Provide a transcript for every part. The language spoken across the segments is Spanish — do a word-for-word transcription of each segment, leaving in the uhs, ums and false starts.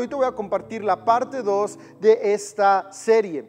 hoy te voy a compartir la parte dos de esta serie.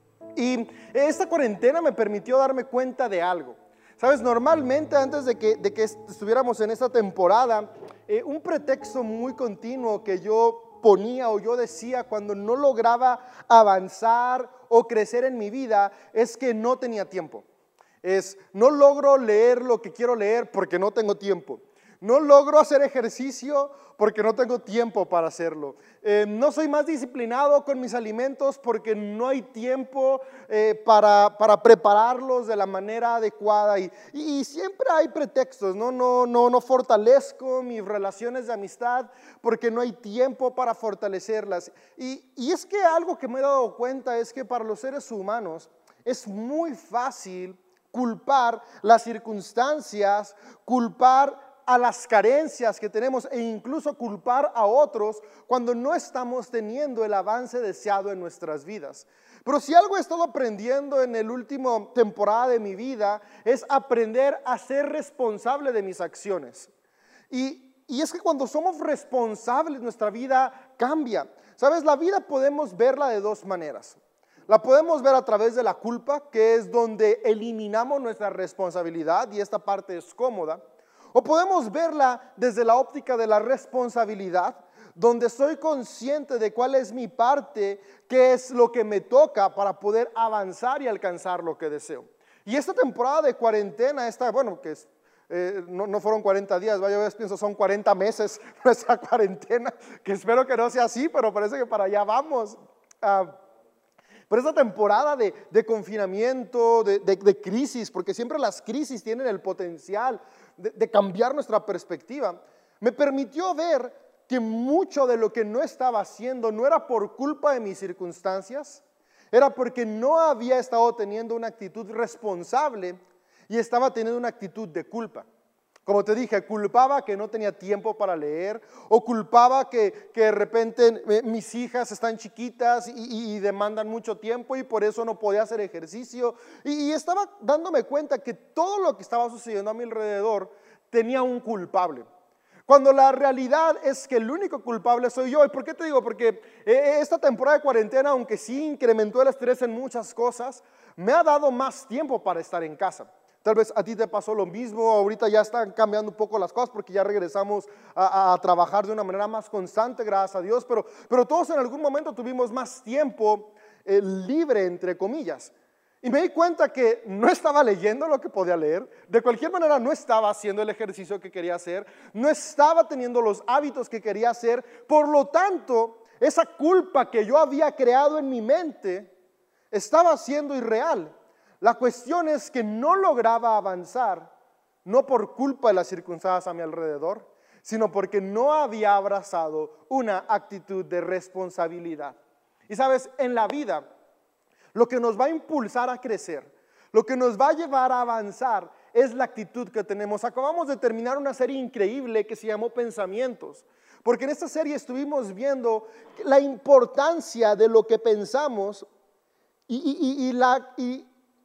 Y esta cuarentena me permitió darme cuenta de algo. Sabes, normalmente antes de que, de que estuviéramos en esta temporada, eh, un pretexto muy continuo que yo ponía o yo decía cuando no lograba avanzar o crecer en mi vida es que no tenía tiempo. Es, no logro leer lo que quiero leer porque no tengo tiempo. No logro hacer ejercicio porque no tengo tiempo para hacerlo. Eh, no soy más disciplinado con mis alimentos porque no hay tiempo eh, para, para prepararlos de la manera adecuada. Y, y, y siempre hay pretextos, ¿no? No, no, no fortalezco mis relaciones de amistad porque no hay tiempo para fortalecerlas. Y, y es que algo que me he dado cuenta es que para los seres humanos es muy fácil culpar las circunstancias, culpar a las carencias que tenemos e incluso culpar a otros cuando no estamos teniendo el avance deseado en nuestras vidas. Pero si algo he estado aprendiendo en el último temporada de mi vida es aprender a ser responsable de mis acciones. Y, y es que cuando somos responsables nuestra vida cambia. ¿Sabes? La vida podemos verla de dos maneras. La podemos ver a través de la culpa, que es donde eliminamos nuestra responsabilidad y esta parte es cómoda. O podemos verla desde la óptica de la responsabilidad, donde soy consciente de cuál es mi parte, qué es lo que me toca para poder avanzar y alcanzar lo que deseo. Y esta temporada de cuarentena, esta, bueno, que es, eh, no, no fueron cuarenta días, vaya, yo pienso son cuarenta meses nuestra cuarentena, que espero que no sea así, pero parece que para allá vamos. Uh, Pero esta temporada de, de confinamiento, de, de, de crisis, porque siempre las crisis tienen el potencial de, de cambiar nuestra perspectiva, me permitió ver que mucho de lo que no estaba haciendo no era por culpa de mis circunstancias, era porque no había estado teniendo una actitud responsable y estaba teniendo una actitud de culpa. Como te dije, culpaba que no tenía tiempo para leer, o culpaba que, que de repente eh, mis hijas están chiquitas y, y, y demandan mucho tiempo y por eso no podía hacer ejercicio. Y, y estaba dándome cuenta que todo lo que estaba sucediendo a mi alrededor tenía un culpable. Cuando la realidad es que el único culpable soy yo. ¿Y por qué te digo? Porque eh, esta temporada de cuarentena, aunque sí incrementó el estrés en muchas cosas, me ha dado más tiempo para estar en casa. Tal vez a ti te pasó lo mismo, ahorita ya están cambiando un poco las cosas porque ya regresamos a, a trabajar de una manera más constante, gracias a Dios, pero, pero todos en algún momento tuvimos más tiempo eh, libre, entre comillas. Y me di cuenta que no estaba leyendo lo que podía leer, de cualquier manera no estaba haciendo el ejercicio que quería hacer, no estaba teniendo los hábitos que quería hacer, por lo tanto, esa culpa que yo había creado en mi mente estaba siendo irreal. La cuestión es que no lograba avanzar, no por culpa de las circunstancias a mi alrededor, sino porque no había abrazado una actitud de responsabilidad. Y sabes, en la vida, lo que nos va a impulsar a crecer, lo que nos va a llevar a avanzar, es la actitud que tenemos. Acabamos de terminar una serie increíble que se llamó Pensamientos, porque en esta serie estuvimos viendo la importancia de lo que pensamos y, y, y, y la... Y,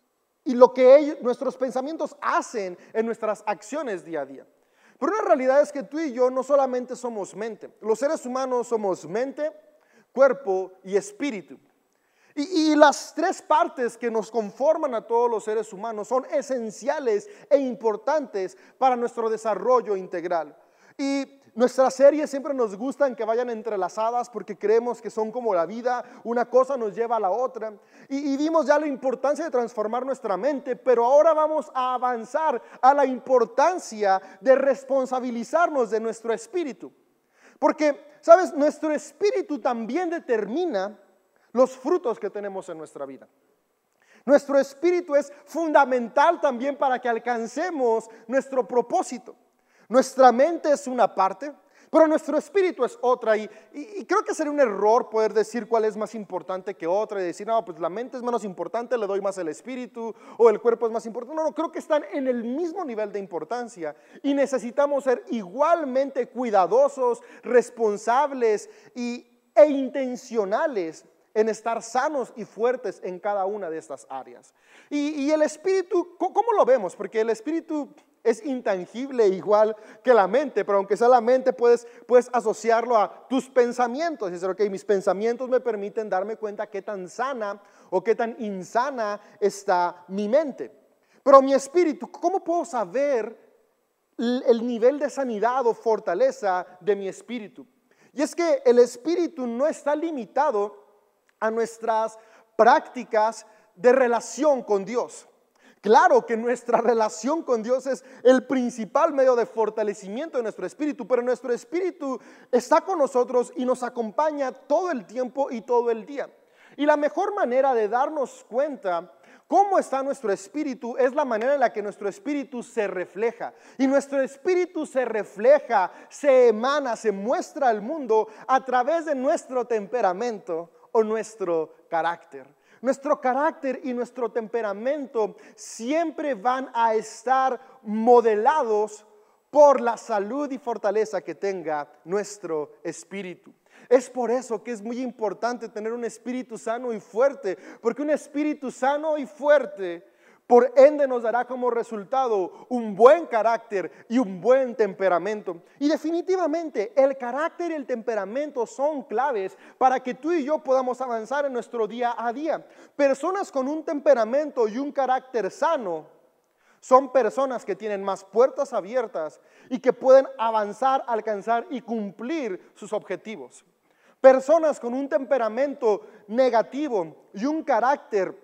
y lo que ellos, nuestros pensamientos hacen en nuestras acciones día a día. Pero una realidad es que tú y yo no solamente somos mente. Los seres humanos somos mente, cuerpo y espíritu. Y, y las tres partes que nos conforman a todos los seres humanos son esenciales e importantes para nuestro desarrollo integral. Y nuestras series siempre nos gustan que vayan entrelazadas porque creemos que son como la vida, una cosa nos lleva a la otra. Y, y vimos ya la importancia de transformar nuestra mente, pero ahora vamos a avanzar a la importancia de responsabilizarnos de nuestro espíritu. Porque, ¿sabes? Nuestro espíritu también determina los frutos que tenemos en nuestra vida. Nuestro espíritu es fundamental también para que alcancemos nuestro propósito. Nuestra mente es una parte, pero nuestro espíritu es otra. Y, y, y creo que sería un error poder decir cuál es más importante que otra y decir, no, pues la mente es menos importante, le doy más el espíritu, o el cuerpo es más importante. No, no, creo que están en el mismo nivel de importancia y necesitamos ser igualmente cuidadosos, responsables y, e intencionales en estar sanos y fuertes en cada una de estas áreas. Y, y el espíritu, ¿cómo lo vemos? Porque el espíritu es intangible igual que la mente, pero aunque sea la mente puedes, puedes asociarlo a tus pensamientos. Y decir, ok, mis pensamientos me permiten darme cuenta qué tan sana o qué tan insana está mi mente. Pero mi espíritu, ¿cómo puedo saber el nivel de sanidad o fortaleza de mi espíritu? Y es que el espíritu no está limitado a nuestras prácticas de relación con Dios. Claro que nuestra relación con Dios es el principal medio de fortalecimiento de nuestro espíritu, pero nuestro espíritu está con nosotros y nos acompaña todo el tiempo y todo el día. Y la mejor manera de darnos cuenta cómo está nuestro espíritu es la manera en la que nuestro espíritu se refleja. Y nuestro espíritu se refleja, se emana, se muestra al mundo a través de nuestro temperamento o nuestro carácter. Nuestro carácter y nuestro temperamento siempre van a estar modelados por la salud y fortaleza que tenga nuestro espíritu. Es por eso que es muy importante tener un espíritu sano y fuerte, porque un espíritu sano y fuerte por ende nos dará como resultado un buen carácter y un buen temperamento. Y definitivamente el carácter y el temperamento son claves para que tú y yo podamos avanzar en nuestro día a día. Personas con un temperamento y un carácter sano son personas que tienen más puertas abiertas y que pueden avanzar, alcanzar y cumplir sus objetivos. Personas con un temperamento negativo y un carácter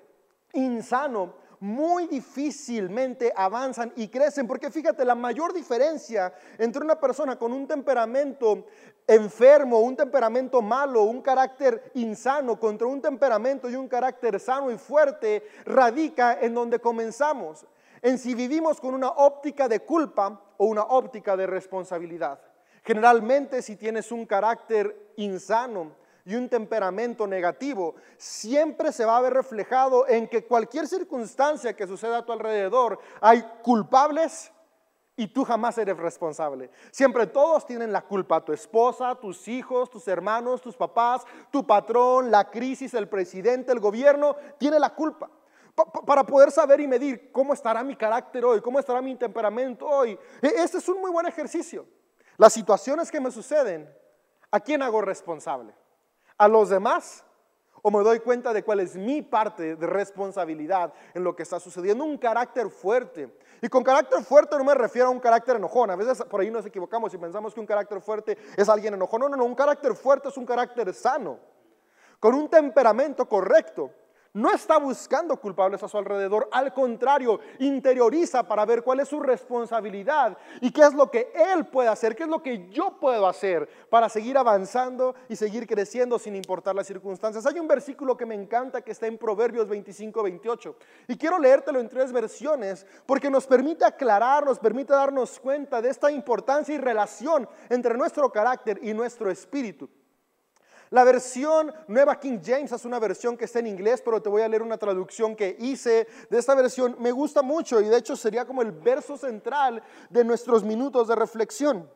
insano muy difícilmente avanzan y crecen, porque fíjate, la mayor diferencia entre una persona con un temperamento enfermo, un temperamento malo, un carácter insano contra un temperamento y un carácter sano y fuerte radica en donde comenzamos, en si vivimos con una óptica de culpa o una óptica de responsabilidad. Generalmente, si tienes un carácter insano y un temperamento negativo, siempre se va a ver reflejado en que cualquier circunstancia que suceda a tu alrededor, hay culpables y tú jamás eres responsable. Siempre todos tienen la culpa: tu esposa, tus hijos, tus hermanos, tus papás, tu patrón, la crisis, el presidente, el gobierno, tiene la culpa. Para poder saber y medir cómo estará mi carácter hoy, cómo estará mi temperamento hoy, este es un muy buen ejercicio. Las situaciones que me suceden, ¿a quién hago responsable? ¿A los demás? ¿O me doy cuenta de cuál es mi parte de responsabilidad en lo que está sucediendo? Un carácter fuerte. Y con carácter fuerte no me refiero a un carácter enojón. A veces por ahí nos equivocamos y pensamos que un carácter fuerte es alguien enojón. No, no, no. Un carácter fuerte es un carácter sano, con un temperamento correcto. No está buscando culpables a su alrededor, al contrario, interioriza para ver cuál es su responsabilidad y qué es lo que él puede hacer, qué es lo que yo puedo hacer para seguir avanzando y seguir creciendo sin importar las circunstancias. Hay un versículo que me encanta que está en Proverbios veinticinco, veintiocho y quiero leértelo en tres versiones porque nos permite aclarar, nos permite darnos cuenta de esta importancia y relación entre nuestro carácter y nuestro espíritu. La versión Nueva King James es una versión que está en inglés, pero te voy a leer una traducción que hice de esta versión. Me gusta mucho y de hecho sería como el verso central de nuestros minutos de reflexión.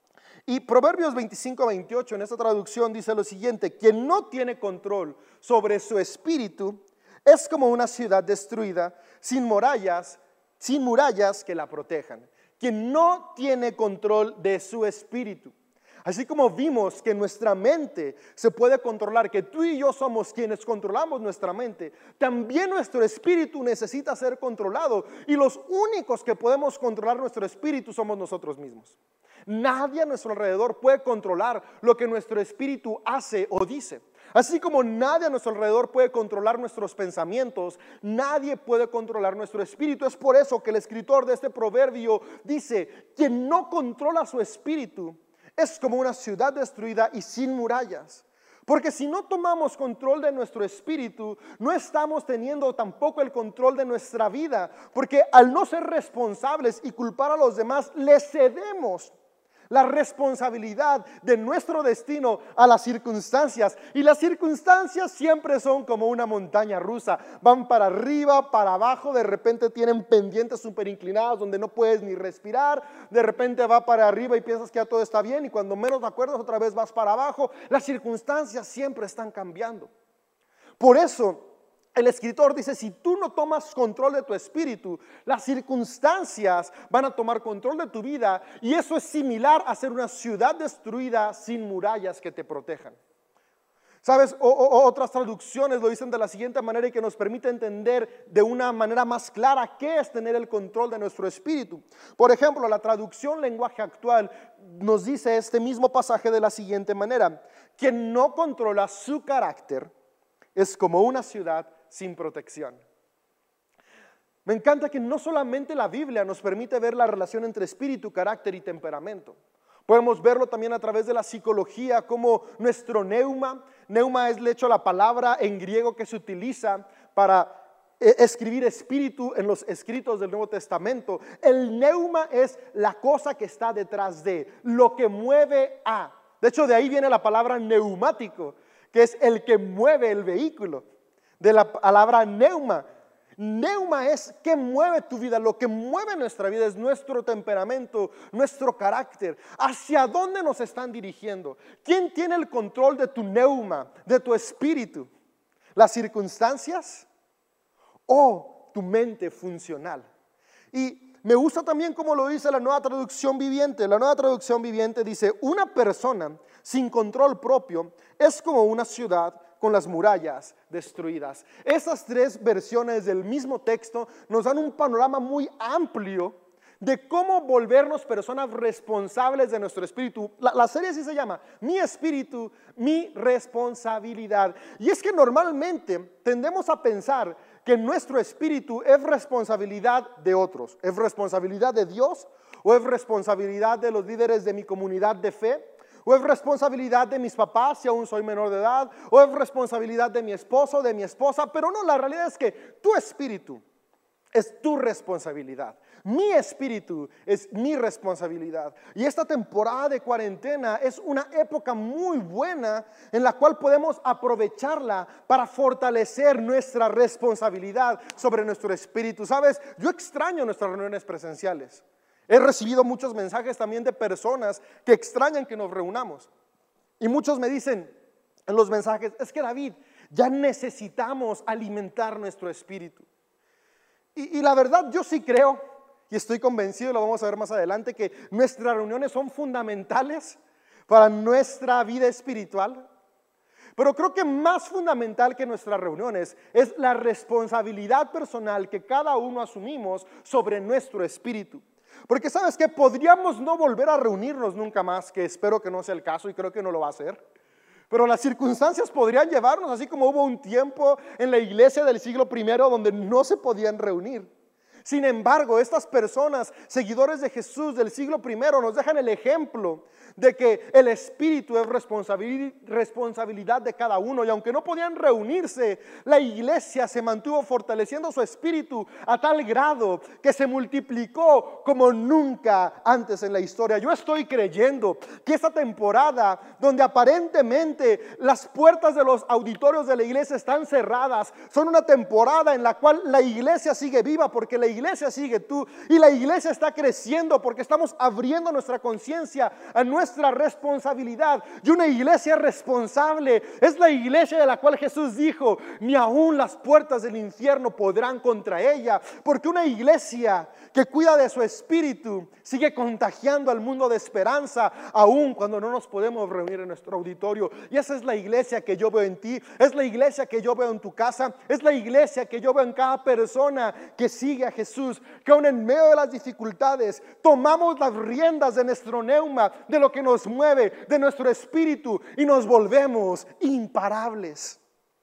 Y Proverbios veinticinco, veintiocho en esta traducción dice lo siguiente: quien no tiene control sobre su espíritu es como una ciudad destruida sin murallas, sin murallas que la protejan. Quien no tiene control de su espíritu. Así como vimos que nuestra mente se puede controlar, que tú y yo somos quienes controlamos nuestra mente, también nuestro espíritu necesita ser controlado. Y los únicos que podemos controlar nuestro espíritu somos nosotros mismos. Nadie a nuestro alrededor puede controlar lo que nuestro espíritu hace o dice. Así como nadie a nuestro alrededor puede controlar nuestros pensamientos, nadie puede controlar nuestro espíritu. Es por eso que el escritor de este proverbio dice: quien no controla su espíritu es como una ciudad destruida y sin murallas. Porque si no tomamos control de nuestro espíritu, no estamos teniendo tampoco el control de nuestra vida. Porque al no ser responsables y culpar a los demás, le cedemos la responsabilidad de nuestro destino a las circunstancias. Y las circunstancias siempre son como una montaña rusa. Van para arriba, para abajo, de repente tienen pendientes súper inclinadas donde no puedes ni respirar. De repente va para arriba y piensas que ya todo está bien y cuando menos te acuerdas otra vez vas para abajo. Las circunstancias siempre están cambiando. Por eso el escritor dice, si tú no tomas control de tu espíritu, las circunstancias van a tomar control de tu vida, y eso es similar a ser una ciudad destruida sin murallas que te protejan. ¿Sabes? O, o, otras traducciones lo dicen de la siguiente manera, y que nos permite entender de una manera más clara qué es tener el control de nuestro espíritu. Por ejemplo, la traducción lenguaje actual nos dice este mismo pasaje de la siguiente manera: quien no controla su carácter es como una ciudad sin protección. Me encanta que no solamente la Biblia nos permite ver la relación entre espíritu, carácter y temperamento. Podemos verlo también a través de la psicología, como nuestro neuma. Neuma es, de hecho, la palabra en griego que se utiliza para escribir espíritu en los escritos del Nuevo Testamento. El neuma es la cosa que está detrás de, lo que mueve a. De hecho, de ahí viene la palabra neumático, que es el que mueve el vehículo. De la palabra neuma. Neuma es que mueve tu vida. Lo que mueve nuestra vida es nuestro temperamento, nuestro carácter. ¿Hacia dónde nos están dirigiendo? ¿Quién tiene el control de tu neuma, de tu espíritu? ¿Las circunstancias o tu mente funcional? Y me gusta también como lo dice la Nueva Traducción Viviente. La Nueva Traducción Viviente dice: una persona sin control propio es como una ciudad con las murallas destruidas. Esas tres versiones del mismo texto nos dan un panorama muy amplio de cómo volvernos personas responsables de nuestro espíritu. La, la serie así se llama: Mi espíritu, mi responsabilidad. Y es que normalmente tendemos a pensar que nuestro espíritu es responsabilidad de otros. ¿Es responsabilidad de Dios? ¿O es responsabilidad de los líderes de mi comunidad de fe? ¿O es responsabilidad de mis papás si aún soy menor de edad? ¿O es responsabilidad de mi esposo, de mi esposa? Pero no, la realidad es que tu espíritu es tu responsabilidad. Mi espíritu es mi responsabilidad. Y esta temporada de cuarentena es una época muy buena en la cual podemos aprovecharla para fortalecer nuestra responsabilidad sobre nuestro espíritu. ¿Sabes? Yo extraño nuestras reuniones presenciales. He recibido muchos mensajes también de personas que extrañan que nos reunamos. Y muchos me dicen en los mensajes: es que David, ya necesitamos alimentar nuestro espíritu. Y, y la verdad, yo sí creo, y estoy convencido, lo vamos a ver más adelante, que nuestras reuniones son fundamentales para nuestra vida espiritual. Pero creo que más fundamental que nuestras reuniones es la responsabilidad personal que cada uno asumimos sobre nuestro espíritu. Porque sabes que podríamos no volver a reunirnos nunca más, que espero que no sea el caso y creo que no lo va a ser. Pero las circunstancias podrían llevarnos, así como hubo un tiempo en la iglesia del siglo primero donde no se podían reunir. Sin embargo, estas personas, seguidores de Jesús del siglo primero, nos dejan el ejemplo de que el espíritu es responsabilidad de cada uno. Y aunque no podían reunirse, la iglesia se mantuvo fortaleciendo su espíritu a tal grado que se multiplicó como nunca antes en la historia. Yo estoy creyendo que esta temporada, donde aparentemente las puertas de los auditorios de la iglesia están cerradas, son una temporada en la cual la iglesia sigue viva, porque la iglesia sigue tú, y la iglesia está creciendo porque estamos abriendo nuestra conciencia a nuestra responsabilidad. Y una iglesia responsable es la iglesia de la cual Jesús dijo: ni aún las puertas del infierno podrán contra ella. Porque una iglesia que cuida de su espíritu sigue contagiando al mundo de esperanza, aún cuando no nos podemos reunir en nuestro auditorio. Y esa es la iglesia que yo veo en ti, es la iglesia que yo veo en tu casa, es la iglesia que yo veo en cada persona que sigue a Jesús, que aún en medio de las dificultades tomamos las riendas de nuestro neuma, de lo que nos mueve, de nuestro espíritu, y nos volvemos imparables.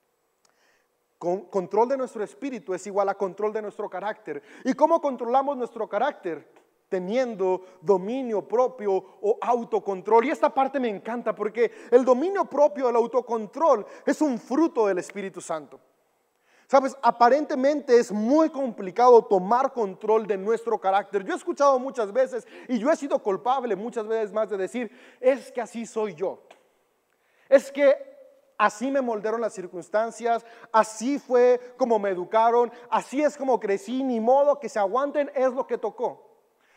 Con, control de nuestro espíritu es igual a control de nuestro carácter. ¿Y cómo controlamos nuestro carácter? Teniendo dominio propio o autocontrol. Y esta parte me encanta, porque el dominio propio, el autocontrol, es un fruto del Espíritu Santo. Sabes, aparentemente es muy complicado tomar control de nuestro carácter. Yo he escuchado muchas veces, y yo he sido culpable muchas veces más, de decir: es que así soy yo, es que así me moldearon las circunstancias, así fue como me educaron, así es como crecí, ni modo, que se aguanten, es lo que tocó.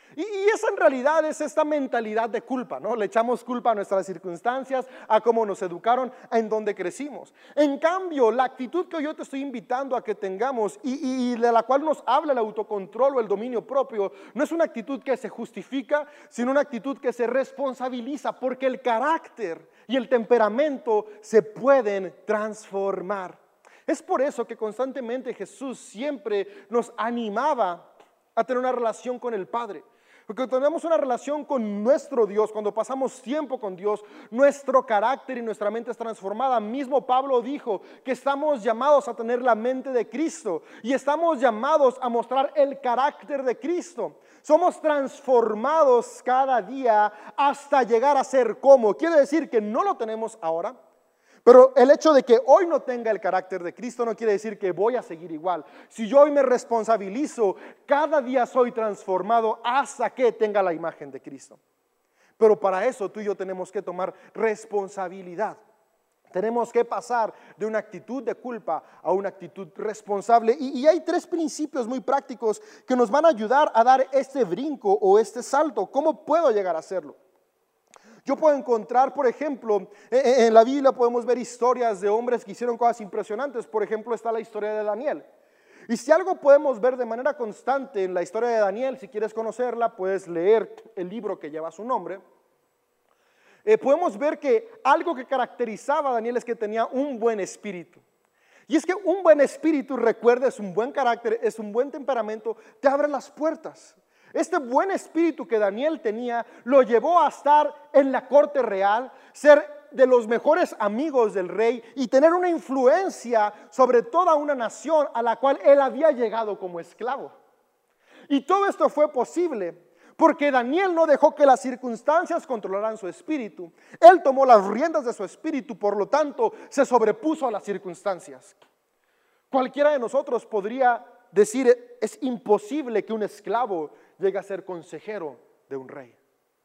Y, y esa en realidad es esta mentalidad de culpa, ¿no? Le echamos culpa a nuestras circunstancias, a cómo nos educaron, a en dónde crecimos. En cambio, la actitud que yo te estoy invitando a que tengamos y, y, y de la cual nos habla el autocontrol o el dominio propio, no es una actitud que se justifica, sino una actitud que se responsabiliza, porque el carácter y el temperamento se pueden transformar. Es por eso que constantemente Jesús siempre nos animaba a tener una relación con el Padre. Porque cuando tenemos una relación con nuestro Dios, cuando pasamos tiempo con Dios, nuestro carácter y nuestra mente es transformada. Mismo Pablo dijo que estamos llamados a tener la mente de Cristo y estamos llamados a mostrar el carácter de Cristo. Somos transformados cada día hasta llegar a ser como. Quiere decir que no lo tenemos ahora. Pero el hecho de que hoy no tenga el carácter de Cristo no quiere decir que voy a seguir igual. Si yo hoy me responsabilizo, cada día soy transformado hasta que tenga la imagen de Cristo. Pero para eso tú y yo tenemos que tomar responsabilidad. Tenemos que pasar de una actitud de culpa a una actitud responsable. Y, y hay tres principios muy prácticos que nos van a ayudar a dar este brinco o este salto. ¿Cómo puedo llegar a hacerlo? Yo puedo encontrar, por ejemplo, en la Biblia podemos ver historias de hombres que hicieron cosas impresionantes. Por ejemplo, está la historia de Daniel. Y si algo podemos ver de manera constante en la historia de Daniel, si quieres conocerla, puedes leer el libro que lleva su nombre. Eh, podemos ver que algo que caracterizaba a Daniel es que tenía un buen espíritu. Y es que un buen espíritu, recuerda, es un buen carácter, es un buen temperamento, te abre las puertas. Este buen espíritu que Daniel tenía lo llevó a estar en la corte real, ser de los mejores amigos del rey y tener una influencia sobre toda una nación a la cual él había llegado como esclavo. Y todo esto fue posible porque Daniel no dejó que las circunstancias controlaran su espíritu. Él tomó las riendas de su espíritu, por lo tanto se sobrepuso a las circunstancias. Cualquiera de nosotros podría decir, es imposible que un esclavo llegue a ser consejero de un rey.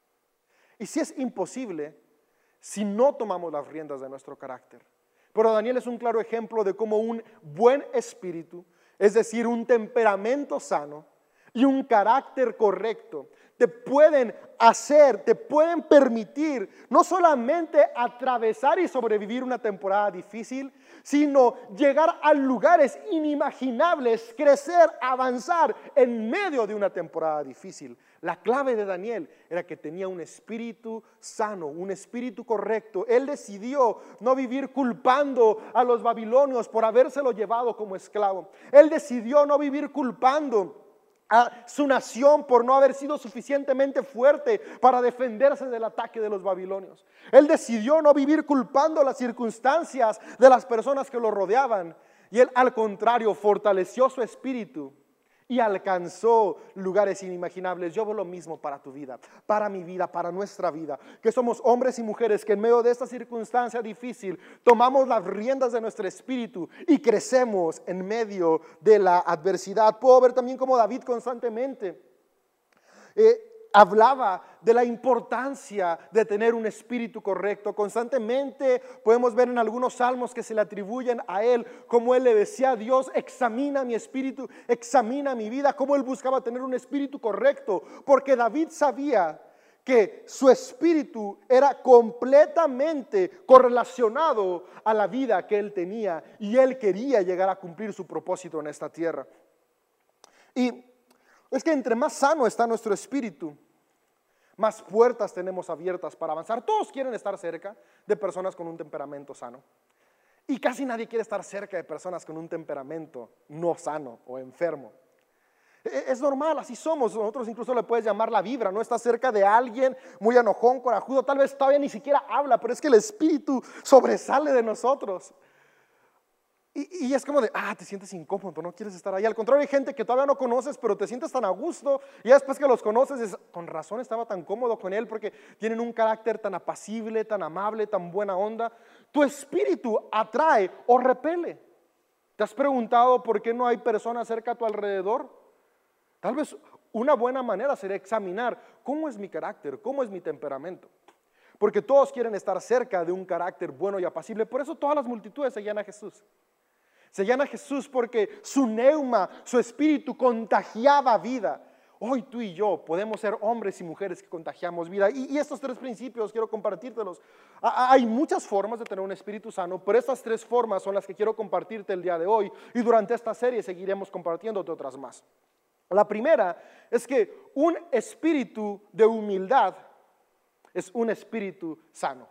Y si es imposible, si no tomamos las riendas de nuestro carácter. Pero Daniel es un claro ejemplo de cómo un buen espíritu, es decir, un temperamento sano y un carácter correcto, te pueden hacer, te pueden permitir no solamente atravesar y sobrevivir una temporada difícil, sino llegar a lugares inimaginables, crecer, avanzar en medio de una temporada difícil. La clave de Daniel era que tenía un espíritu sano, un espíritu correcto. Él decidió no vivir culpando a los babilonios por habérselo llevado como esclavo. Él decidió no vivir culpando a su nación por no haber sido suficientemente fuerte para defenderse del ataque de los babilonios. Él decidió no vivir culpando las circunstancias de las personas que lo rodeaban. Y él, al contrario, fortaleció su espíritu y alcanzó lugares inimaginables. Yo veo lo mismo para tu vida, para mi vida, para nuestra vida, que somos hombres y mujeres que en medio de esta circunstancia difícil tomamos las riendas de nuestro espíritu y crecemos en medio de la adversidad. Puedo ver también como David constantemente eh, hablaba de la importancia de tener un espíritu correcto. Constantemente podemos ver en algunos salmos que se le atribuyen a él, como él le decía a Dios, examina mi espíritu, examina mi vida, como él buscaba tener un espíritu correcto, porque David sabía que su espíritu era completamente correlacionado a la vida que él tenía y él quería llegar a cumplir su propósito en esta tierra. Y es que entre más sano está nuestro espíritu, más puertas tenemos abiertas para avanzar. Todos quieren estar cerca de personas con un temperamento sano. Y casi nadie quiere estar cerca de personas con un temperamento no sano o enfermo. Es normal, así somos. Nosotros incluso le puedes llamar la vibra, ¿no? Estás cerca de alguien muy enojón, corajudo, tal vez todavía ni siquiera habla, pero es que el espíritu sobresale de nosotros. Y, y es como de, ah, te sientes incómodo, no quieres estar ahí. Al contrario, hay gente que todavía no conoces, pero te sientes tan a gusto. Y después que los conoces, es, con razón estaba tan cómodo con él, porque tienen un carácter tan apacible, tan amable, tan buena onda. Tu espíritu atrae o repele. ¿Te has preguntado por qué no hay personas cerca a tu alrededor? Tal vez una buena manera sería examinar cómo es mi carácter, cómo es mi temperamento. Porque todos quieren estar cerca de un carácter bueno y apacible. Por eso todas las multitudes seguían a Jesús. Seguían a Jesús porque su neuma, su espíritu contagiaba vida. hoy tú y yo podemos ser hombres y mujeres que contagiamos vida. Y, y estos tres principios quiero compartírtelos. A, hay muchas formas de tener un espíritu sano, pero estas tres formas son las que quiero compartirte el día de hoy. Y durante esta serie seguiremos compartiéndote otras más. La primera es que un espíritu de humildad es un espíritu sano.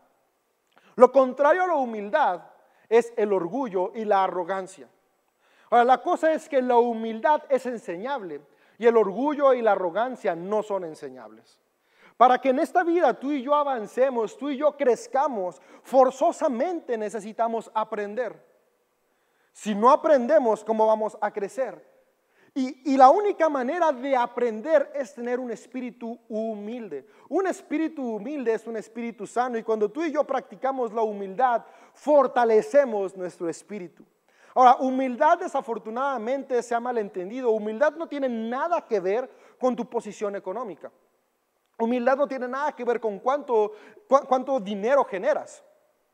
Lo contrario a la humildad es el orgullo y la arrogancia. Ahora, la cosa es que la humildad es enseñable y el orgullo y la arrogancia no son enseñables. Para que en esta vida tú y yo avancemos, tú y yo crezcamos, forzosamente necesitamos aprender. Si no aprendemos, ¿cómo vamos a crecer? Y, y la única manera de aprender es tener un espíritu humilde. Un espíritu humilde es un espíritu sano, y cuando tú y yo practicamos la humildad, fortalecemos nuestro espíritu. Ahora, humildad desafortunadamente se ha malentendido. Humildad no tiene nada que ver con tu posición económica. Humildad no tiene nada que ver con cuánto, cu- cuánto dinero generas.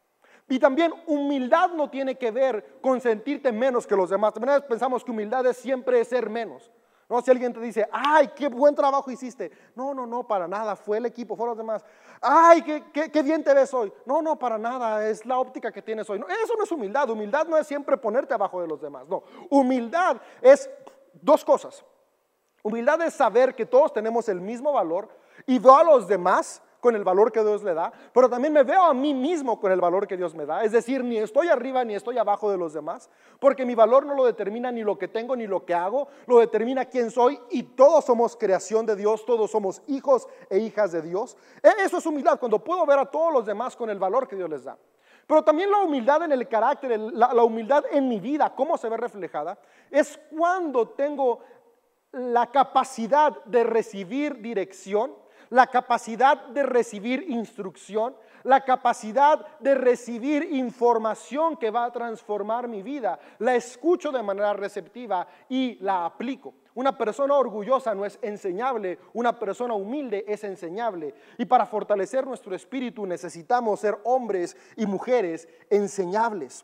Y también humildad no tiene que ver con sentirte menos que los demás. También pensamos que humildad es siempre ser menos. No, si alguien te dice, ay, qué buen trabajo hiciste. No, no, no, para nada, fue el equipo, fueron los demás. Ay, qué, qué, qué bien te ves hoy. No, no, para nada, es la óptica que tienes hoy. No, eso no es humildad. Humildad no es siempre ponerte abajo de los demás. No, humildad es dos cosas. Humildad es saber que todos tenemos el mismo valor y veo a los demás con el valor que Dios le da, pero también me veo a mí mismo con el valor que Dios me da. Es decir, ni estoy arriba ni estoy abajo de los demás, porque mi valor no lo determina ni lo que tengo ni lo que hago, lo determina quién soy, y todos somos creación de Dios, todos somos hijos e hijas de Dios. Eso es humildad, cuando puedo ver a todos los demás con el valor que Dios les da. Pero también la humildad en el carácter, la, la humildad en mi vida, cómo se ve reflejada, es cuando tengo la capacidad de recibir dirección, la capacidad de recibir instrucción, la capacidad de recibir información que va a transformar mi vida. La escucho de manera receptiva y la aplico. Una persona orgullosa no es enseñable, una persona humilde es enseñable. Y para fortalecer nuestro espíritu necesitamos ser hombres y mujeres enseñables.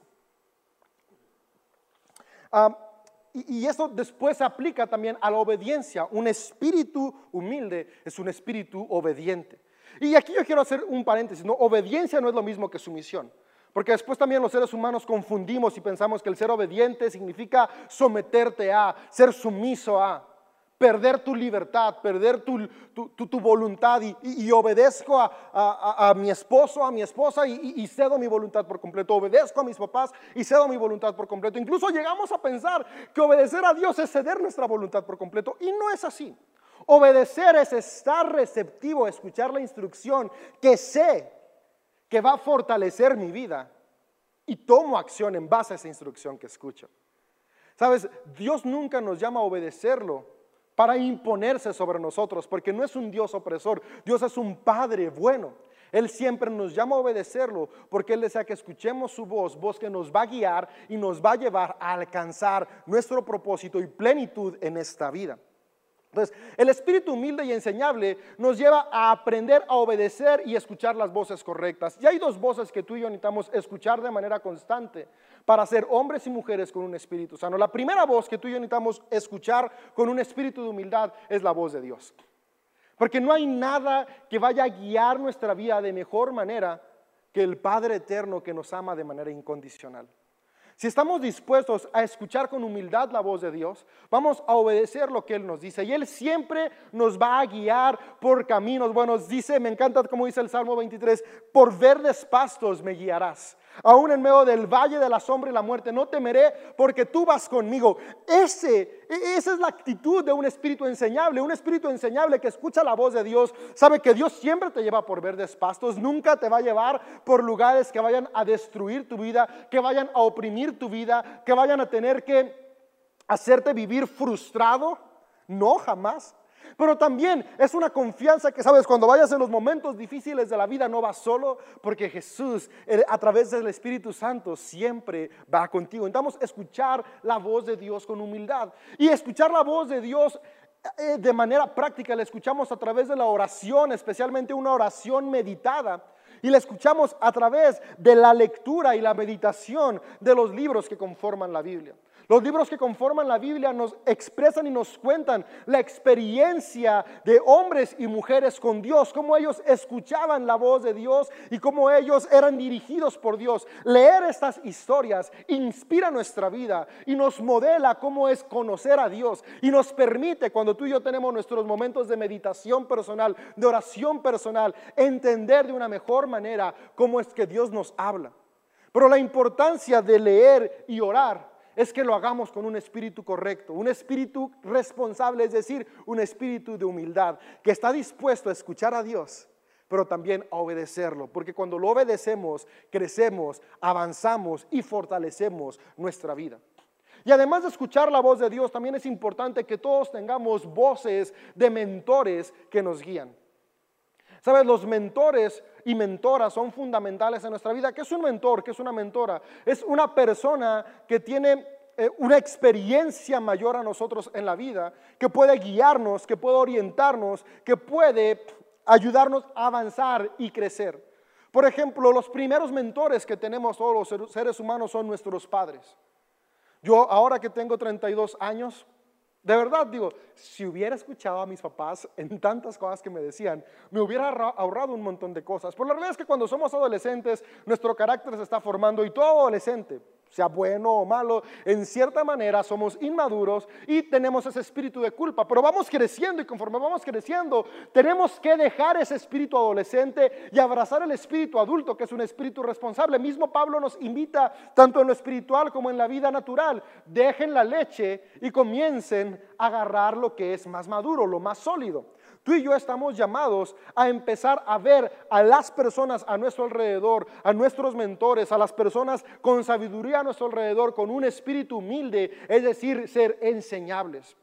Uh, Y, y eso después se aplica también a la obediencia. Un espíritu humilde es un espíritu obediente. Y aquí yo quiero hacer un paréntesis, ¿no? Obediencia no es lo mismo que sumisión. Porque después también los seres humanos confundimos y pensamos que el ser obediente significa someterte a, ser sumiso a, perder tu libertad, perder tu, tu, tu, tu voluntad y, y, y obedezco a, a, a mi esposo, a mi esposa y, y, y cedo mi voluntad por completo, obedezco a mis papás y cedo mi voluntad por completo. Incluso llegamos a pensar que obedecer a Dios es ceder nuestra voluntad por completo, y no es así. Obedecer es estar receptivo a escuchar la instrucción que sé que va a fortalecer mi vida y tomo acción en base a esa instrucción que escucho. Sabes, Dios nunca nos llama a obedecerlo para imponerse sobre nosotros, porque no es un Dios opresor. Dios es un Padre bueno. Él siempre nos llama a obedecerlo porque Él desea que escuchemos su voz, voz que nos va a guiar y nos va a llevar a alcanzar nuestro propósito y plenitud en esta vida. Entonces, el espíritu humilde y enseñable nos lleva a aprender a obedecer y escuchar las voces correctas. Y hay dos voces que tú y yo necesitamos escuchar de manera constante para ser hombres y mujeres con un espíritu sano. La primera voz que tú y yo necesitamos escuchar con un espíritu de humildad es la voz de Dios. Porque no hay nada que vaya a guiar nuestra vida de mejor manera que el Padre eterno que nos ama de manera incondicional. Si estamos dispuestos a escuchar con humildad la voz de Dios, vamos a obedecer lo que Él nos dice. Y Él siempre nos va a guiar por caminos buenos. Dice, me encanta como dice el Salmo veintitrés, por verdes pastos me guiarás. Aún en medio del valle de la sombra y la muerte, no temeré porque tú vas conmigo. Ese, esa es la actitud de un espíritu enseñable. Un espíritu enseñable que escucha la voz de Dios, sabe que Dios siempre te lleva por verdes pastos. Nunca te va a llevar por lugares que vayan a destruir tu vida, que vayan a oprimir tu vida, que vayan a tener que hacerte vivir frustrado. No, jamás. Pero también es una confianza que sabes, cuando vayas en los momentos difíciles de la vida no vas solo, porque Jesús a través del Espíritu Santo siempre va contigo. Intentamos escuchar la voz de Dios con humildad y escuchar la voz de Dios eh, de manera práctica. La escuchamos a través de la oración, especialmente una oración meditada, y la escuchamos a través de la lectura y la meditación de los libros que conforman la Biblia. Los libros que conforman la Biblia nos expresan y nos cuentan la experiencia de hombres y mujeres con Dios, cómo ellos escuchaban la voz de Dios y cómo ellos eran dirigidos por Dios. Leer estas historias inspira nuestra vida y nos modela cómo es conocer a Dios, y nos permite, cuando tú y yo tenemos nuestros momentos de meditación personal, de oración personal, entender de una mejor manera cómo es que Dios nos habla. Pero la importancia de leer y orar es que lo hagamos con un espíritu correcto, un espíritu responsable, es decir, un espíritu de humildad, que está dispuesto a escuchar a Dios, pero también a obedecerlo, porque cuando lo obedecemos, crecemos, avanzamos y fortalecemos nuestra vida. Y además de escuchar la voz de Dios, también es importante que todos tengamos voces de mentores que nos guían. ¿Sabes? Los mentores y mentoras son fundamentales en nuestra vida. ¿Qué es un mentor? ¿Qué es una mentora? Es una persona que tiene eh, una experiencia mayor a nosotros en la vida, que puede guiarnos, que puede orientarnos, que puede ayudarnos a avanzar y crecer. Por ejemplo, los primeros mentores que tenemos todos los seres humanos son nuestros padres. Yo ahora que tengo treinta y dos años, de verdad digo, si hubiera escuchado a mis papás en tantas cosas que me decían, me hubiera ahorrado un montón de cosas. Por la realidad es que cuando somos adolescentes, nuestro carácter se está formando, y todo adolescente, sea bueno o malo, en cierta manera somos inmaduros y tenemos ese espíritu de culpa. Pero vamos creciendo, y conforme vamos creciendo, tenemos que dejar ese espíritu adolescente y abrazar el espíritu adulto, que es un espíritu responsable. Mismo Pablo nos invita, tanto en lo espiritual como en la vida natural: dejen la leche y comiencen a agarrar lo que es más maduro, lo más sólido. Tú y yo estamos llamados a empezar a ver a las personas a nuestro alrededor, a nuestros mentores, a las personas con sabiduría a nuestro alrededor, con un espíritu humilde, es decir, ser enseñables.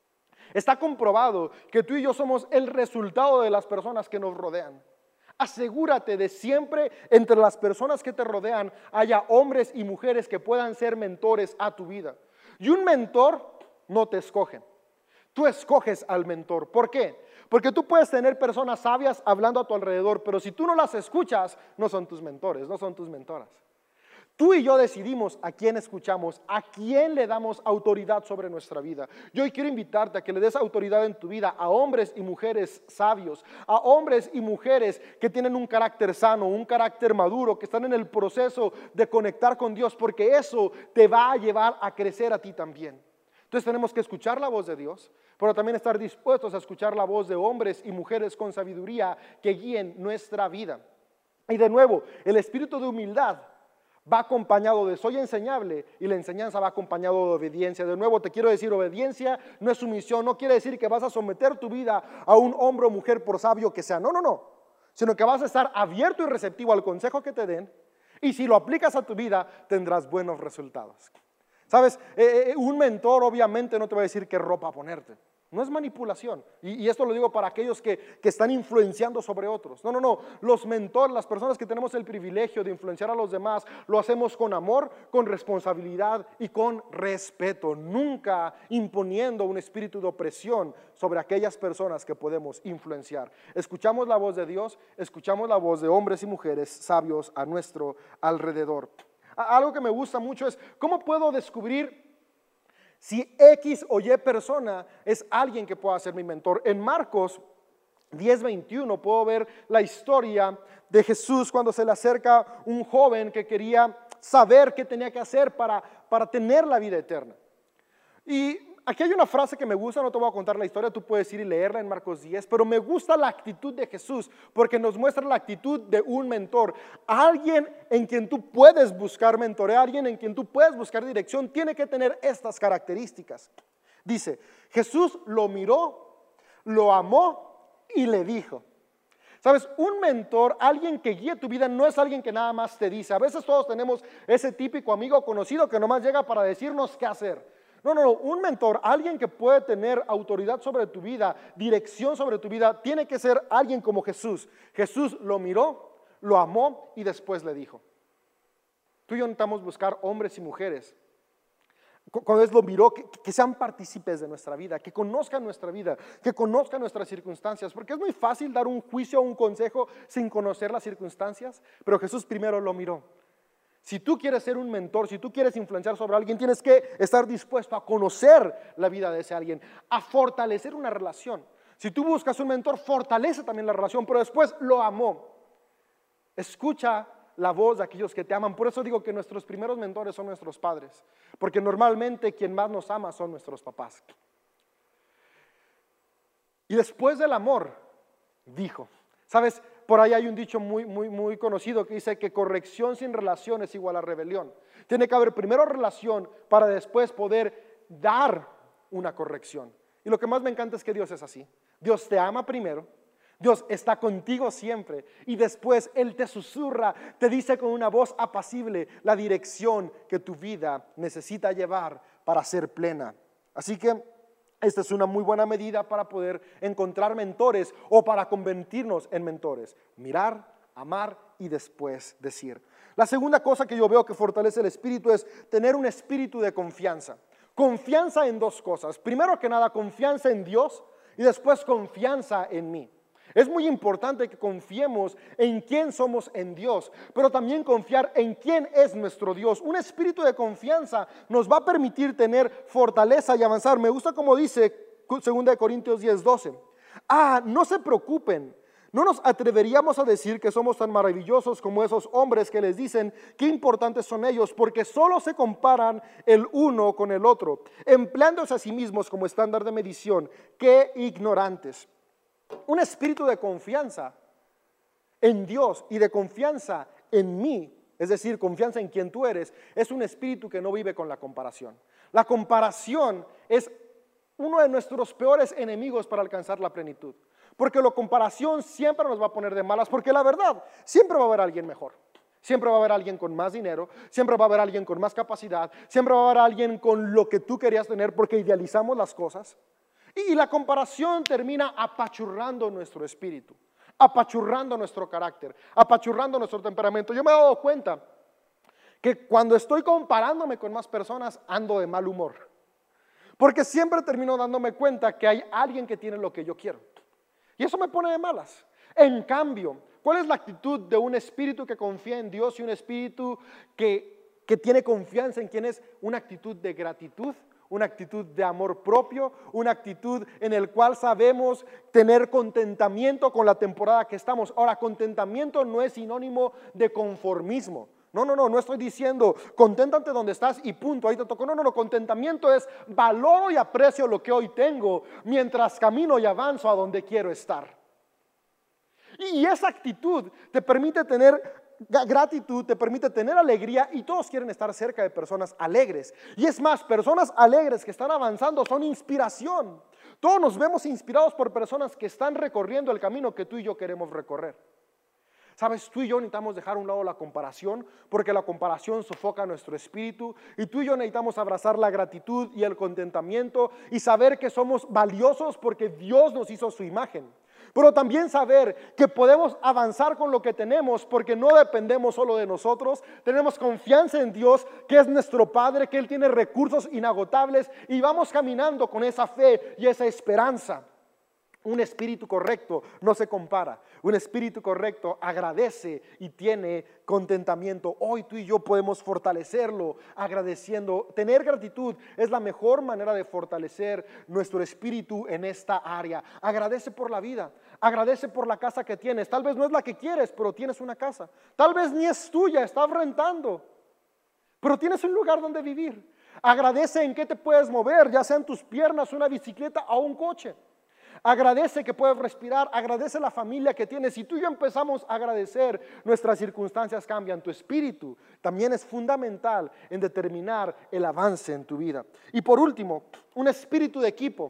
Está comprobado que tú y yo somos el resultado de las personas que nos rodean. Asegúrate de siempre entre las personas que te rodean haya hombres y mujeres que puedan ser mentores a tu vida. Y un mentor no te escoge, tú escoges al mentor. ¿Por qué? Porque tú puedes tener personas sabias hablando a tu alrededor, pero si tú no las escuchas, no son tus mentores, no son tus mentoras. Tú y yo decidimos a quién escuchamos, a quién le damos autoridad sobre nuestra vida. Yo hoy quiero invitarte a que le des autoridad en tu vida a hombres y mujeres sabios, a hombres y mujeres que tienen un carácter sano, un carácter maduro, que están en el proceso de conectar con Dios, porque eso te va a llevar a crecer a ti también. Entonces tenemos que escuchar la voz de Dios, pero también estar dispuestos a escuchar la voz de hombres y mujeres con sabiduría que guíen nuestra vida. Y de nuevo, el espíritu de humildad va acompañado de soy enseñable, y la enseñanza va acompañado de obediencia. De nuevo te quiero decir, obediencia no es sumisión, no quiere decir que vas a someter tu vida a un hombre o mujer por sabio que sea, no, no, no, sino que vas a estar abierto y receptivo al consejo que te den, y si lo aplicas a tu vida tendrás buenos resultados. Sabes, eh, eh, un mentor obviamente no te va a decir qué ropa ponerte. No es manipulación, y, y esto lo digo para aquellos que, que están influenciando sobre otros. No, no, no, los mentores, las personas que tenemos el privilegio de influenciar a los demás, lo hacemos con amor, con responsabilidad y con respeto, nunca imponiendo un espíritu de opresión sobre aquellas personas que podemos influenciar. Escuchamos la voz de Dios, escuchamos la voz de hombres y mujeres sabios a nuestro alrededor. Algo que me gusta mucho es cómo puedo descubrir si X o Y persona es alguien que pueda ser mi mentor. En Marcos diez veintiuno puedo ver la historia de Jesús cuando se le acerca un joven que quería saber qué tenía que hacer para, para tener la vida eterna. Y aquí hay una frase que me gusta, no te voy a contar la historia, tú puedes ir y leerla en Marcos diez, pero me gusta la actitud de Jesús, porque nos muestra la actitud de un mentor. Alguien en quien tú puedes buscar mentorear, alguien en quien tú puedes buscar dirección, tiene que tener estas características. Dice, Jesús lo miró, lo amó y le dijo. Sabes, un mentor, alguien que guíe tu vida, no es alguien que nada más te dice. A veces todos tenemos ese típico amigo conocido que nomás llega para decirnos qué hacer. No, no, no, un mentor, alguien que puede tener autoridad sobre tu vida, dirección sobre tu vida, tiene que ser alguien como Jesús. Jesús lo miró, lo amó y después le dijo. Tú y yo necesitamos buscar hombres y mujeres, cuando Él lo miró, que, que sean partícipes de nuestra vida, que conozcan nuestra vida, que conozcan nuestras circunstancias, porque es muy fácil dar un juicio o un consejo sin conocer las circunstancias, pero Jesús primero lo miró. Si tú quieres ser un mentor, si tú quieres influenciar sobre alguien, tienes que estar dispuesto a conocer la vida de ese alguien, a fortalecer una relación. Si tú buscas un mentor, fortalece también la relación, pero después lo amó. Escucha la voz de aquellos que te aman. Por eso digo que nuestros primeros mentores son nuestros padres, porque normalmente quien más nos ama son nuestros papás. Y después del amor, dijo, ¿sabes? Por ahí hay un dicho muy, muy, muy conocido que dice que corrección sin relación es igual a rebelión. Tiene que haber primero relación para después poder dar una corrección. Y lo que más me encanta es que Dios es así. Dios te ama primero, Dios está contigo siempre y después Él te susurra, te dice con una voz apacible la dirección que tu vida necesita llevar para ser plena. Así que esta es una muy buena medida para poder encontrar mentores o para convertirnos en mentores. Mirar, amar y después decir. La segunda cosa que yo veo que fortalece el espíritu es tener un espíritu de confianza. Confianza en dos cosas. Primero que nada, confianza en Dios y después confianza en mí. Es muy importante que confiemos en quién somos en Dios, pero también confiar en quién es nuestro Dios. Un espíritu de confianza nos va a permitir tener fortaleza y avanzar. Me gusta como dice segunda de Corintios diez, doce. Ah, no se preocupen. No nos atreveríamos a decir que somos tan maravillosos como esos hombres que les dicen qué importantes son ellos, porque solo se comparan el uno con el otro, empleándose a sí mismos como estándar de medición. ¡Qué ignorantes! Un espíritu de confianza en Dios y de confianza en mí, es decir, confianza en quien tú eres, es un espíritu que no vive con la comparación. La comparación es uno de nuestros peores enemigos para alcanzar la plenitud, porque la comparación siempre nos va a poner de malas, porque la verdad, siempre va a haber alguien mejor. Siempre va a haber alguien con más dinero, siempre va a haber alguien con más capacidad, siempre va a haber alguien con lo que tú querías tener porque idealizamos las cosas. Y la comparación termina apachurrando nuestro espíritu, apachurrando nuestro carácter, apachurrando nuestro temperamento. Yo me he dado cuenta que cuando estoy comparándome con más personas ando de mal humor, porque siempre termino dándome cuenta que hay alguien que tiene lo que yo quiero. Y eso me pone de malas. En cambio, ¿cuál es la actitud de un espíritu que confía en Dios y un espíritu que, que tiene confianza en quien es? Una actitud de gratitud, una actitud de amor propio, una actitud en el cual sabemos tener contentamiento con la temporada que estamos. Ahora, contentamiento no es sinónimo de conformismo. No, no, no, no estoy diciendo conténtate donde estás y punto, ahí te tocó. No, no, no, contentamiento es valoro y aprecio lo que hoy tengo mientras camino y avanzo a donde quiero estar. Y esa actitud te permite tener gratitud, te permite tener alegría, y todos quieren estar cerca de personas alegres. Y es más, personas alegres que están avanzando son inspiración. Todos nos vemos inspirados por personas que están recorriendo el camino que tú y yo queremos recorrer. Sabes, tú y yo necesitamos dejar a un lado la comparación, porque la comparación sofoca nuestro espíritu, y tú y yo necesitamos abrazar la gratitud y el contentamiento y saber que somos valiosos porque Dios nos hizo su imagen. Pero también saber que podemos avanzar con lo que tenemos porque no dependemos solo de nosotros. Tenemos confianza en Dios, que es nuestro Padre, que Él tiene recursos inagotables, y vamos caminando con esa fe y esa esperanza. Un espíritu correcto no se compara. Un espíritu correcto agradece y tiene contentamiento. Hoy tú y yo podemos fortalecerlo agradeciendo. Tener gratitud es la mejor manera de fortalecer nuestro espíritu en esta área. Agradece por la vida, agradece por la casa que tienes. Tal vez no es la que quieres, pero tienes una casa. Tal vez ni es tuya, estás rentando, pero tienes un lugar donde vivir. Agradece en qué te puedes mover, ya sean tus piernas, una bicicleta o un coche. Agradece que puedes respirar, agradece la familia que tienes. Si tú y yo empezamos a agradecer, nuestras circunstancias cambian. Tu espíritu también es fundamental en determinar el avance en tu vida. Y por último, un espíritu de equipo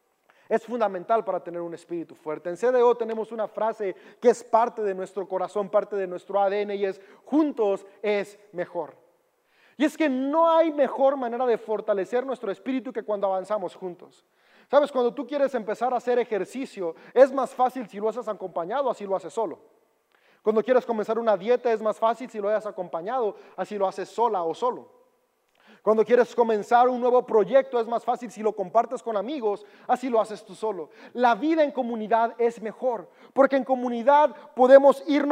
es fundamental para tener un espíritu fuerte. En C D O tenemos una frase que es parte de nuestro corazón, parte de nuestro A D N, y es: juntos es mejor. Y es que no hay mejor manera de fortalecer nuestro espíritu que cuando avanzamos juntos. Sabes, cuando tú quieres empezar a hacer ejercicio, es más fácil si lo haces acompañado, así lo haces solo. Cuando quieres comenzar una dieta, es más fácil si lo haces acompañado, así lo haces sola o solo. Cuando quieres comenzar un nuevo proyecto, es más fácil si lo compartes con amigos, así lo haces tú solo. La vida en comunidad es mejor, porque en comunidad podemos irnos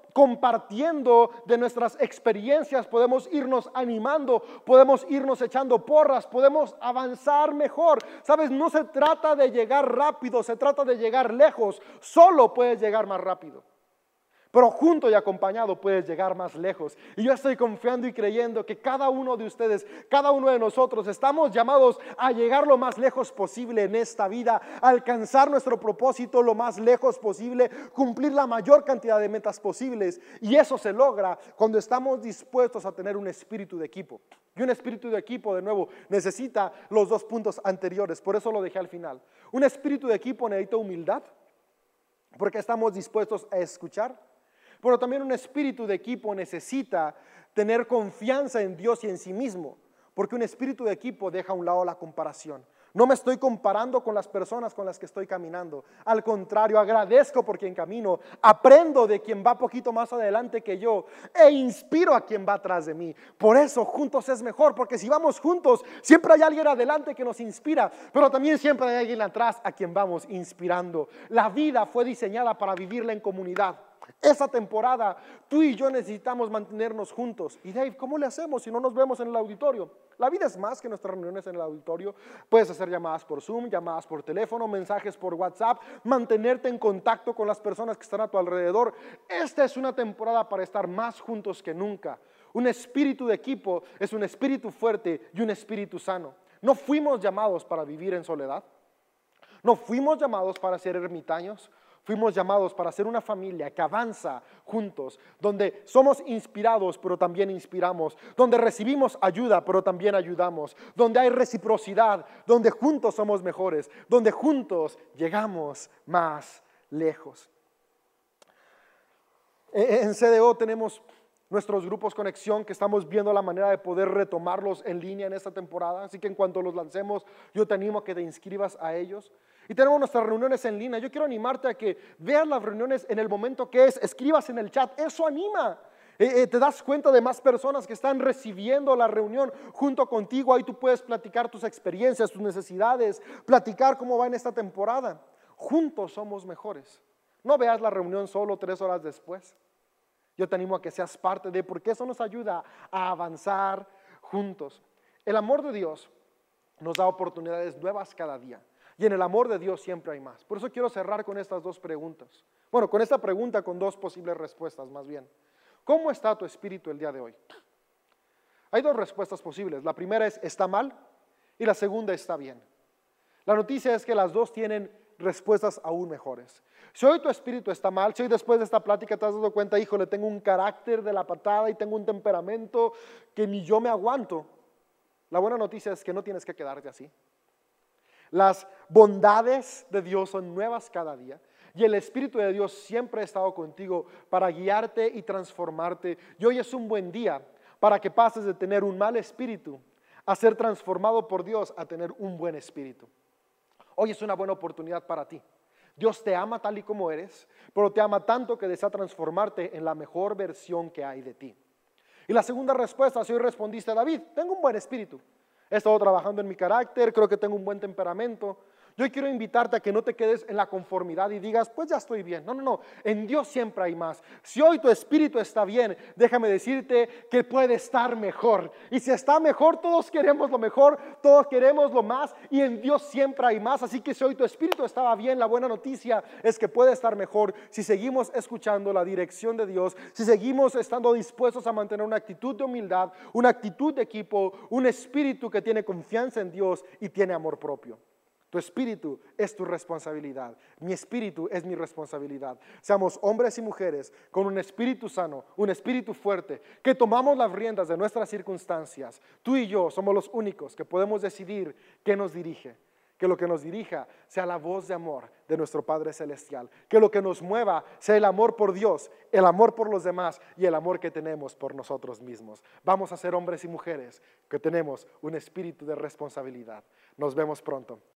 compartiendo de nuestras experiencias, podemos irnos animando, podemos irnos echando porras, podemos avanzar mejor. Sabes, no se trata de llegar rápido, se trata de llegar lejos. Solo puedes llegar más rápido, pero junto y acompañado puedes llegar más lejos. Y yo estoy confiando y creyendo que cada uno de ustedes, cada uno de nosotros, estamos llamados a llegar lo más lejos posible en esta vida, a alcanzar nuestro propósito lo más lejos posible, cumplir la mayor cantidad de metas posibles. Y eso se logra cuando estamos dispuestos a tener un espíritu de equipo. Y un espíritu de equipo, de nuevo, necesita los dos puntos anteriores. Por eso lo dejé al final. Un espíritu de equipo necesita humildad, porque estamos dispuestos a escuchar. Pero también un espíritu de equipo necesita tener confianza en Dios y en sí mismo, porque un espíritu de equipo deja a un lado la comparación. No me estoy comparando con las personas con las que estoy caminando. Al contrario, agradezco por quien camino, aprendo de quien va poquito más adelante que yo e inspiro a quien va atrás de mí. Por eso juntos es mejor, porque si vamos juntos siempre hay alguien adelante que nos inspira, pero también siempre hay alguien atrás a quien vamos inspirando. La vida fue diseñada para vivirla en comunidad. Esa temporada tú y yo necesitamos mantenernos juntos. Y Dave, ¿cómo le hacemos si no nos vemos en el auditorio? La vida es más que nuestras reuniones en el auditorio. Puedes hacer llamadas por Zoom, llamadas por teléfono, mensajes por WhatsApp, mantenerte en contacto con las personas que están a tu alrededor. Esta es una temporada para estar más juntos que nunca. Un espíritu de equipo es un espíritu fuerte y un espíritu sano. No fuimos llamados para vivir en soledad. No fuimos llamados para ser ermitaños. Fuimos llamados para ser una familia que avanza juntos, donde somos inspirados pero también inspiramos, donde recibimos ayuda pero también ayudamos, donde hay reciprocidad, donde juntos somos mejores, donde juntos llegamos más lejos. En C D O tenemos nuestros grupos Conexión, que estamos viendo la manera de poder retomarlos en línea en esta temporada, así que en cuanto los lancemos yo te animo a que te inscribas a ellos. Y tenemos nuestras reuniones en línea. Yo quiero animarte a que veas las reuniones en el momento que es, escribas en el chat, eso anima. Eh, eh, te das cuenta de más personas que están recibiendo la reunión junto contigo. Ahí tú puedes platicar tus experiencias, tus necesidades, platicar cómo va en esta temporada. Juntos somos mejores. No veas la reunión solo tres horas después. Yo te animo a que seas parte de, porque eso nos ayuda a avanzar juntos. El amor de Dios nos da oportunidades nuevas cada día. Y en el amor de Dios siempre hay más. Por eso quiero cerrar con estas dos preguntas. Bueno, con esta pregunta con dos posibles respuestas más bien. ¿Cómo está tu espíritu el día de hoy? Hay dos respuestas posibles. La primera es está mal y la segunda está bien. La noticia es que las dos tienen respuestas aún mejores. Si hoy tu espíritu está mal, si hoy después de esta plática te has dado cuenta, híjole, tengo un carácter de la patada y tengo un temperamento que ni yo me aguanto, la buena noticia es que no tienes que quedarte así. Las bondades de Dios son nuevas cada día y el Espíritu de Dios siempre ha estado contigo para guiarte y transformarte. Y hoy es un buen día para que pases de tener un mal espíritu a ser transformado por Dios a tener un buen espíritu. Hoy es una buena oportunidad para ti. Dios te ama tal y como eres, pero te ama tanto que desea transformarte en la mejor versión que hay de ti. Y la segunda respuesta, si hoy respondiste, David, tengo un buen espíritu. He estado trabajando en mi carácter, creo que tengo un buen temperamento. Yo quiero invitarte a que no te quedes en la conformidad y digas, pues ya estoy bien. No, no, no, en Dios siempre hay más. Si hoy tu espíritu está bien, déjame decirte que puede estar mejor. Y si está mejor, todos queremos lo mejor, todos queremos lo más y en Dios siempre hay más. Así que si hoy tu espíritu estaba bien, la buena noticia es que puede estar mejor si seguimos escuchando la dirección de Dios, si seguimos estando dispuestos a mantener una actitud de humildad, una actitud de equipo, un espíritu que tiene confianza en Dios y tiene amor propio. Tu espíritu es tu responsabilidad. Mi espíritu es mi responsabilidad. Seamos hombres y mujeres con un espíritu sano, un espíritu fuerte, que tomamos las riendas de nuestras circunstancias. Tú y yo somos los únicos que podemos decidir qué nos dirige. Que lo que nos dirija sea la voz de amor de nuestro Padre Celestial. Que lo que nos mueva sea el amor por Dios, el amor por los demás y el amor que tenemos por nosotros mismos. Vamos a ser hombres y mujeres que tenemos un espíritu de responsabilidad. Nos vemos pronto.